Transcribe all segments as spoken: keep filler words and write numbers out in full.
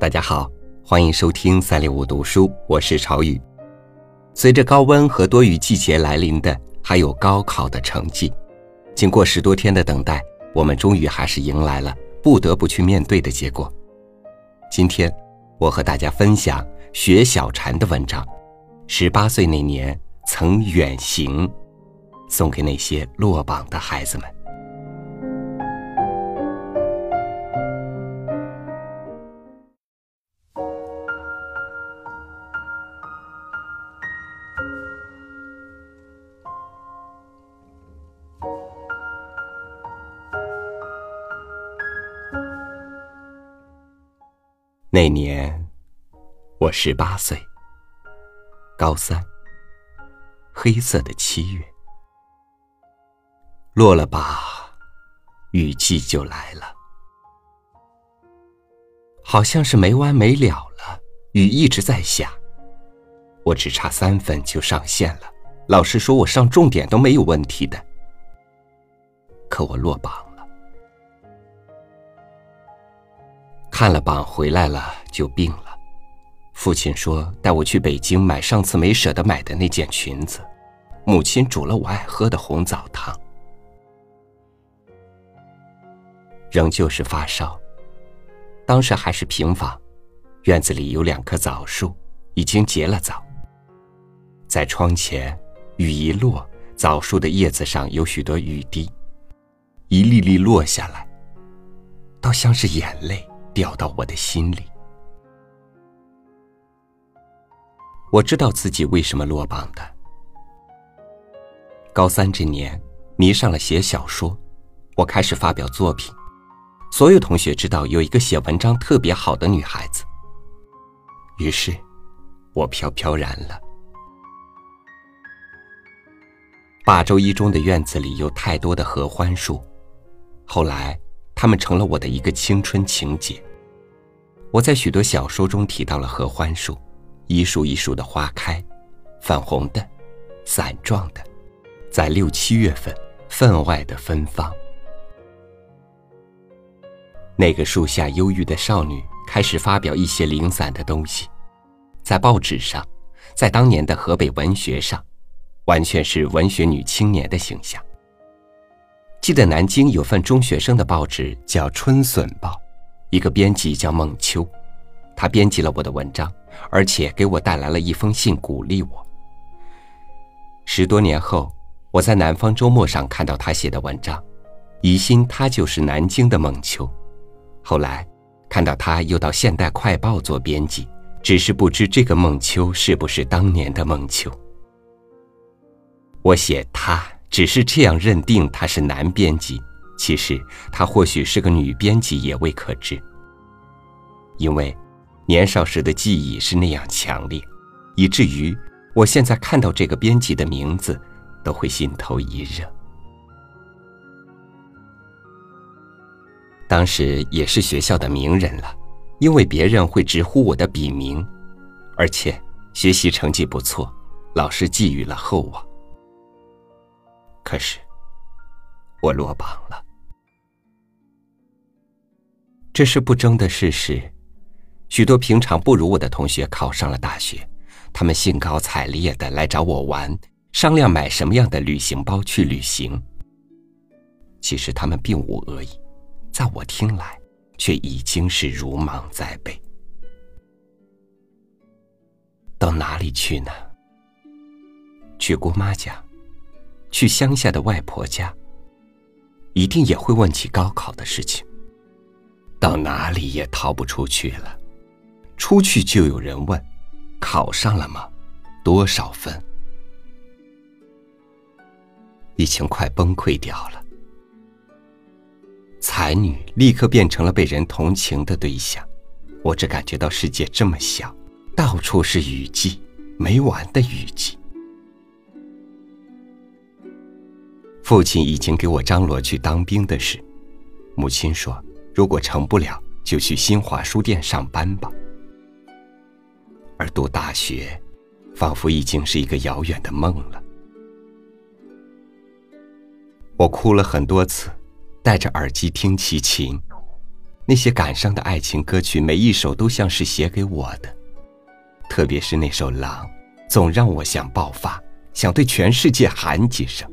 大家好，欢迎收听三六五读书，我是朝宇。随着高温和多雨季节来临的，还有高考的成绩。经过十多天的等待，我们终于还是迎来了不得不去面对的结果。今天，我和大家分享雪小禅的文章，十八岁那年曾远行，送给那些落榜的孩子们。那年我十八岁，高三，黑色的七月，落了吧，雨季就来了，好像是没完没了了，雨一直在下，我只差三分就上线了，老师说我上重点都没有问题的，可我落榜了。看了榜回来了就病了，父亲说带我去北京买上次没舍得买的那件裙子，母亲煮了我爱喝的红枣汤。仍旧是发烧，当时还是平房，院子里有两棵枣树，已经结了枣。在窗前，雨一落，枣树的叶子上有许多雨滴，一粒粒落下来，倒像是眼泪掉到我的心里。我知道自己为什么落榜的。高三这年，迷上了写小说，我开始发表作品。所有同学知道有一个写文章特别好的女孩子，于是我飘飘然了。霸州一中的院子里有太多的合欢树，后来它们成了我的一个青春情节。我在许多小说中提到了合欢树，一树一树的花开，粉红的，伞状的，在六七月份分外的芬芳。那个树下忧郁的少女开始发表一些零散的东西，在报纸上，在当年的河北文学上，完全是文学女青年的形象。记得南京有份中学生的报纸叫《春笋报》，一个编辑叫孟秋，他编辑了我的文章，而且给我带来了一封信鼓励我。十多年后，我在南方周末上看到他写的文章，疑心他就是南京的孟秋。后来看到他又到现代快报做编辑，只是不知这个孟秋是不是当年的孟秋。我写他只是这样认定他是男编辑，其实他或许是个女编辑也未可知。因为年少时的记忆是那样强烈，以至于我现在看到这个编辑的名字都会心头一热。当时也是学校的名人了，因为别人会直呼我的笔名，而且学习成绩不错，老师寄予了厚望。可是我落榜了，这是不争的事实。许多平常不如我的同学考上了大学，他们兴高采烈地来找我玩，商量买什么样的旅行包去旅行。其实他们并无恶意，在我听来却已经是如芒在背。到哪里去呢？去姑妈家，去乡下的外婆家，一定也会问起高考的事情。到哪里也逃不出去了，出去就有人问，考上了吗？多少分？已经快崩溃掉了。才女立刻变成了被人同情的对象，我只感觉到世界这么小，到处是雨季，没完的雨季。父亲已经给我张罗去当兵的事，母亲说如果成不了就去新华书店上班吧。而读大学仿佛已经是一个遥远的梦了。我哭了很多次，戴着耳机听齐秦， 那些感伤的爱情歌曲，每一首都像是写给我的，特别是那首《狼》，总让我想爆发，想对全世界喊几声。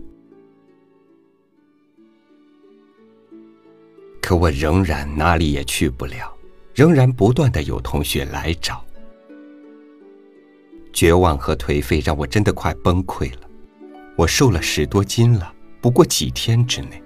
可我仍然哪里也去不了，仍然不断的有同学来找。绝望和颓废让我真的快崩溃了，我瘦了十多斤了，不过几天之内。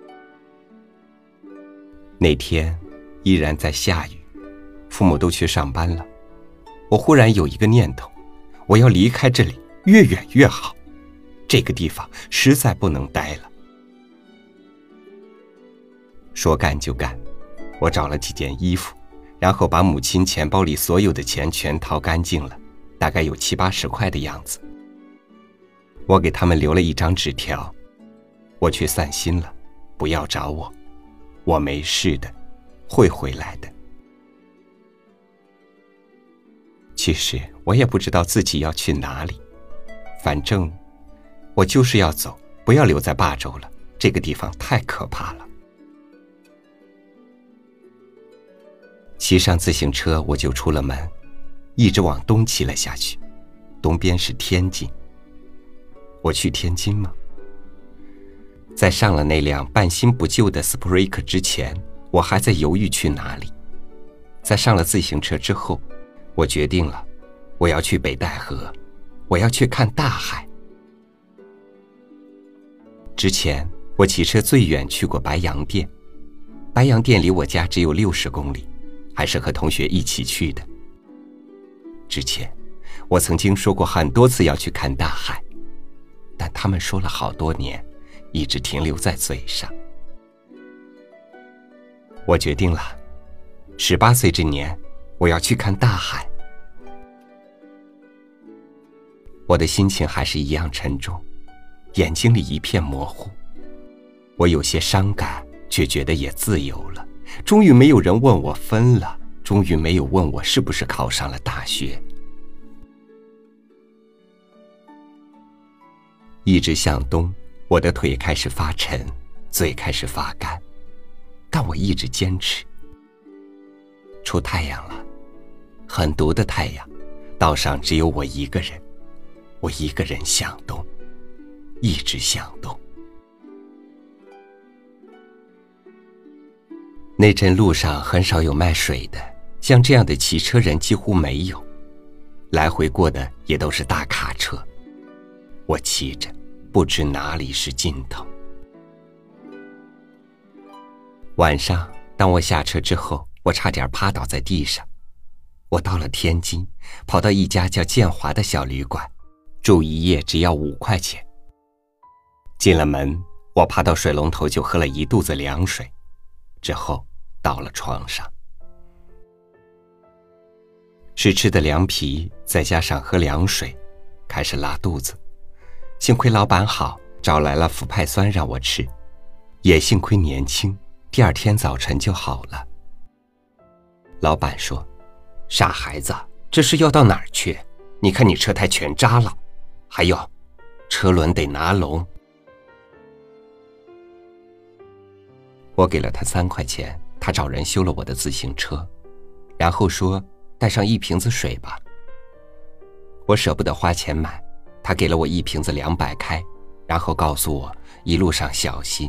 那天依然在下雨，父母都去上班了，我忽然有一个念头，我要离开这里，越远越好，这个地方实在不能待了。说干就干，我找了几件衣服，然后把母亲钱包里所有的钱全掏干净了，大概有七八十块的样子。我给他们留了一张纸条，我去散心了，不要找我，我没事的，会回来的。其实我也不知道自己要去哪里，反正我就是要走，不要留在霸州了，这个地方太可怕了。骑上自行车，我就出了门，一直往东骑了下去，东边是天津。我去天津吗？在上了那辆半新不旧的 Spryker 之前，我还在犹豫去哪里。在上了自行车之后，我决定了，我要去北戴河，我要去看大海。之前我骑车最远去过白洋淀，白洋淀离我家只有六十公里，还是和同学一起去的。之前我曾经说过很多次要去看大海，但他们说了好多年，一直停留在嘴上。我决定了，十八岁这年我要去看大海。我的心情还是一样沉重，眼睛里一片模糊。我有些伤感，却觉得也自由了。终于没有人问我分了，终于没有问我是不是考上了大学。一直向东，我的腿开始发沉，嘴开始发干，但我一直坚持。出太阳了，很毒的太阳，岛上只有我一个人，我一个人向东，一直向东。那阵路上很少有卖水的，像这样的骑车人几乎没有，来回过的也都是大卡车。我骑着，不知哪里是尽头。晚上，当我下车之后，我差点趴倒在地上。我到了天津，跑到一家叫建华的小旅馆，住一夜只要五块钱。进了门，我爬到水龙头就喝了一肚子凉水，之后到了床上。试吃的凉皮，再加上喝凉水，开始拉肚子。幸亏老板好，找来了氟派酸让我吃，也幸亏年轻，第二天早晨就好了。老板说：“傻孩子，这是要到哪儿去？你看你车胎全扎了，还有，车轮得拿拢。”我给了他三块钱，他找人修了我的自行车，然后说带上一瓶子水吧。我舍不得花钱买，他给了我一瓶子两百开，然后告诉我一路上小心。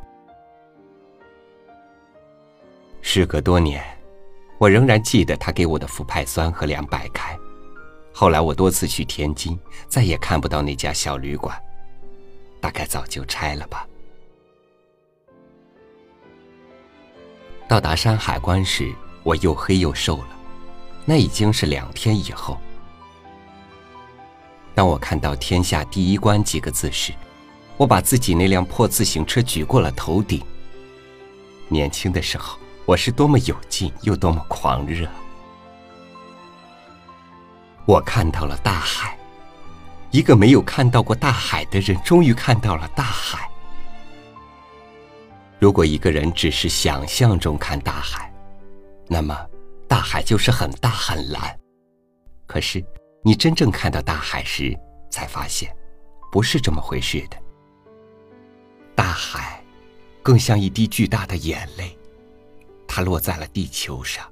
时隔多年，我仍然记得他给我的氟派酸和两百开。后来我多次去天津，再也看不到那家小旅馆，大概早就拆了吧。到达山海关时，我又黑又瘦了，那已经是两天以后。当我看到天下第一关几个字时，我把自己那辆破自行车举过了头顶。年轻的时候，我是多么有劲，又多么狂热。我看到了大海，一个没有看到过大海的人，终于看到了大海。如果一个人只是想象中看大海，那么大海就是很大很蓝。可是你真正看到大海时，才发现不是这么回事的。大海更像一滴巨大的眼泪， 它落在了地球上。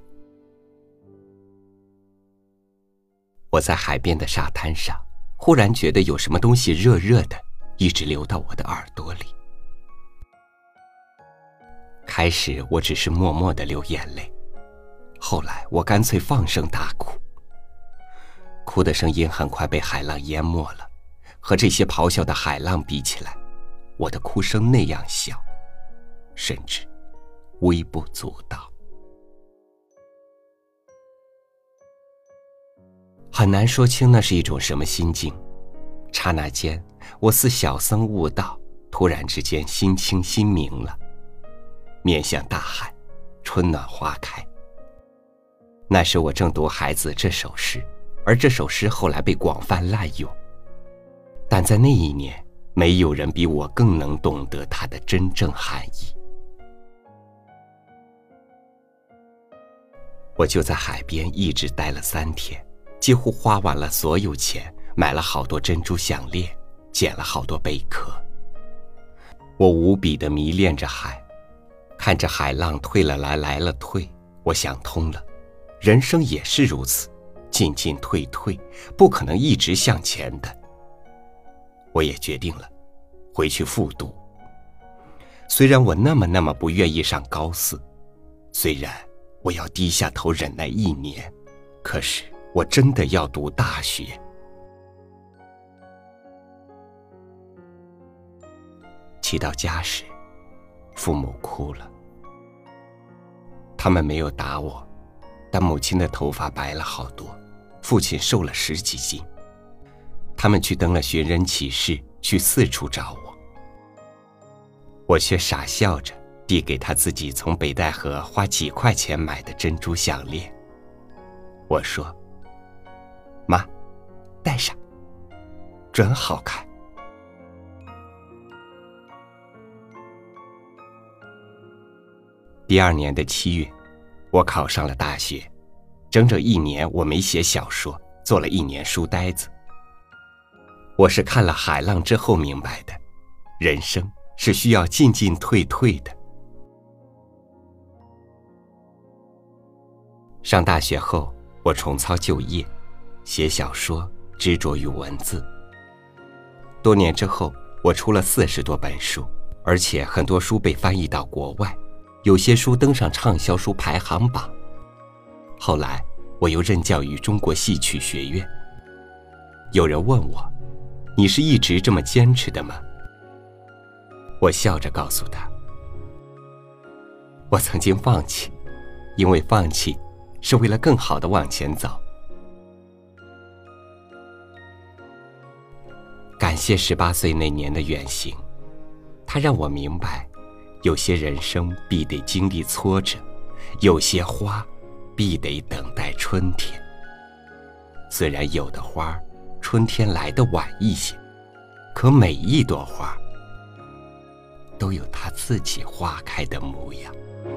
我在海边的沙滩上，忽然觉得有什么东西热热的，一直流到我的耳朵里。开始我只是默默地流眼泪，后来我干脆放声大哭。哭的声音很快被海浪淹没了，和这些咆哮的海浪比起来，我的哭声那样小，甚至微不足道。很难说清那是一种什么心境，刹那间我似小僧悟道，突然之间心清心明了，面向大海，春暖花开。那时我正读《孩子》这首诗，而这首诗后来被广泛滥用，但在那一年，没有人比我更能懂得它的真正含义。我就在海边一直待了三天，几乎花完了所有钱，买了好多珍珠项链，捡了好多贝壳。我无比地迷恋着海，看着海浪退了来，来了退，我想通了，人生也是如此，进进退退，不可能一直向前的。我也决定了，回去复读。虽然我那么那么不愿意上高四，虽然我要低下头忍耐一年，可是我真的要读大学。骑到家时，父母哭了。他们没有打我，但母亲的头发白了好多，父亲瘦了十几斤。他们去登了寻人启事，去四处找我。我却傻笑着递给他自己从北戴河花几块钱买的珍珠项链。我说：“妈，戴上，真好看。”第二年的七月，我考上了大学。整整一年我没写小说，做了一年书呆子。我是看了海浪之后明白的，人生是需要进进退退的。上大学后，我重操旧业，写小说，执着于文字。多年之后，我出了四十多本书，而且很多书被翻译到国外，有些书登上畅销书排行榜。后来，我又任教于中国戏曲学院。有人问我：“你是一直这么坚持的吗？”我笑着告诉他：“我曾经放弃，因为放弃是为了更好地往前走。”感谢十八岁那年的远行，它让我明白，有些人生必得经历挫折，有些花必得等待春天。虽然有的花春天来得晚一些，可每一朵花都有它自己花开的模样。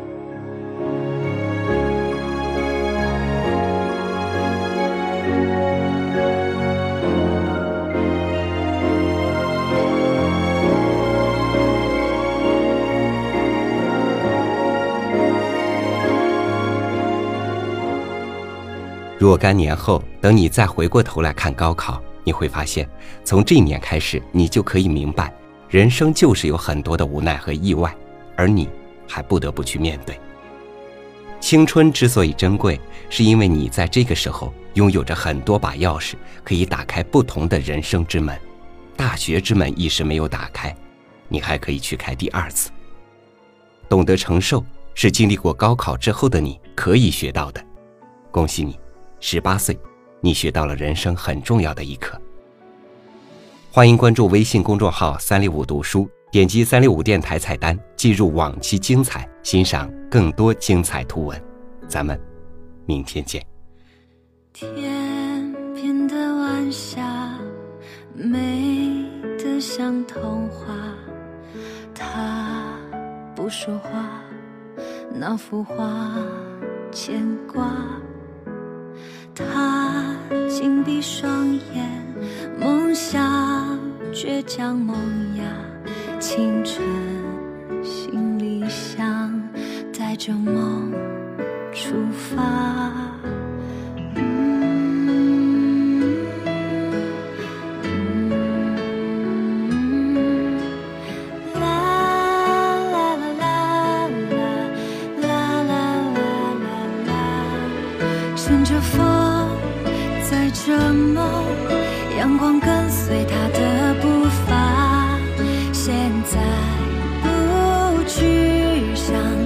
若干年后，等你再回过头来看高考，你会发现，从这一年开始，你就可以明白，人生就是有很多的无奈和意外，而你还不得不去面对。青春之所以珍贵，是因为你在这个时候拥有着很多把钥匙，可以打开不同的人生之门。大学之门一时没有打开，你还可以去开第二次。懂得承受，是经历过高考之后的你可以学到的。恭喜你，十八岁，你学到了人生很重要的一课。欢迎关注微信公众号三六五读书，点击三六五电台菜单，进入往期精彩，欣赏更多精彩图文。咱们明天见。 天边的晚霞，美得像童话，他不说话，那幅画牵挂。他紧闭双眼，梦想倔强萌芽，青春行李箱带着梦阳光跟随他的步伐，现在不去想